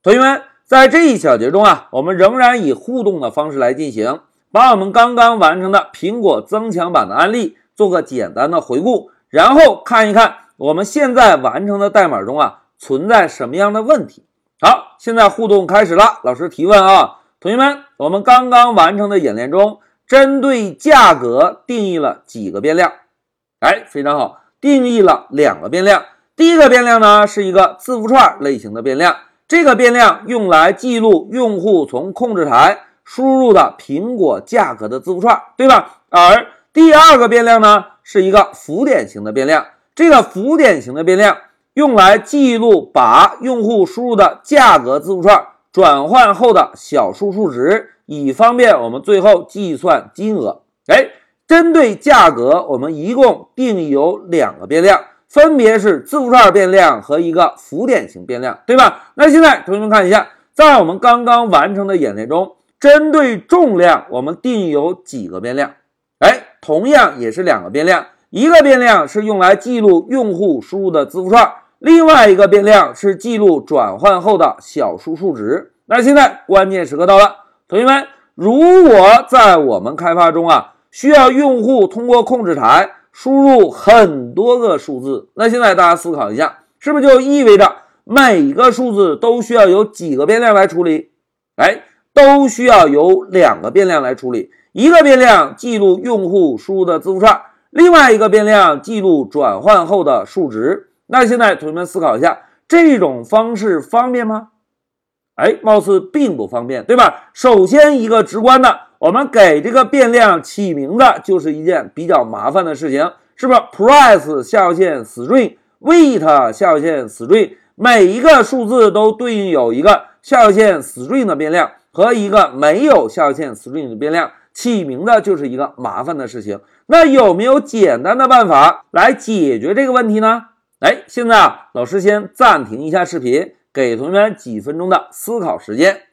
同学们，在这一小节中啊，我们仍然以互动的方式来进行，把我们刚刚完成的苹果增强版的案例做个简单的回顾，然后看一看我们现在完成的代码中啊存在什么样的问题。好，现在互动开始了，老师提问啊，同学们，我们刚刚完成的演练中，针对价格定义了几个变量？非常好，定义了2个变量。第一个变量呢是一个字符串类型的变量，这个变量用来记录用户从控制台输入的苹果价格的字符串，对吧？而第二个变量呢是一个浮点型的变量，这个浮点型的变量用来记录把用户输入的价格字符串转换后的小数数值，以方便我们最后计算金额。针对价格，我们一共定义有2个变量，分别是字符串变量和一个浮点型变量，对吧？那现在同学们看一下，在我们刚刚完成的演练中，针对重量，我们定义有几个变量？同样也是2个变量，一个变量是用来记录用户输入的字符串，另外一个变量是记录转换后的小数数值。那现在关键时刻到了，同学们，如果在我们开发中啊，需要用户通过控制台输入很多个数字，那现在大家思考一下，是不是就意味着每个数字都需要有几个变量来处理？都需要有2个变量来处理，一个变量记录用户输入的字符串，另外一个变量记录转换后的数值。那现在同学们思考一下，这种方式方便吗？貌似并不方便，对吧？首先一个直观的，我们给这个变量起名字就是一件比较麻烦的事情，是不是 ？price 下划线 string weight 下划线 string， 每一个数字都对应有一个下划线 string 的变量和一个没有下划线 string 的变量，起名字就是一个麻烦的事情。那有没有简单的办法来解决这个问题呢？现在老师先暂停一下视频，给同学们几分钟的思考时间。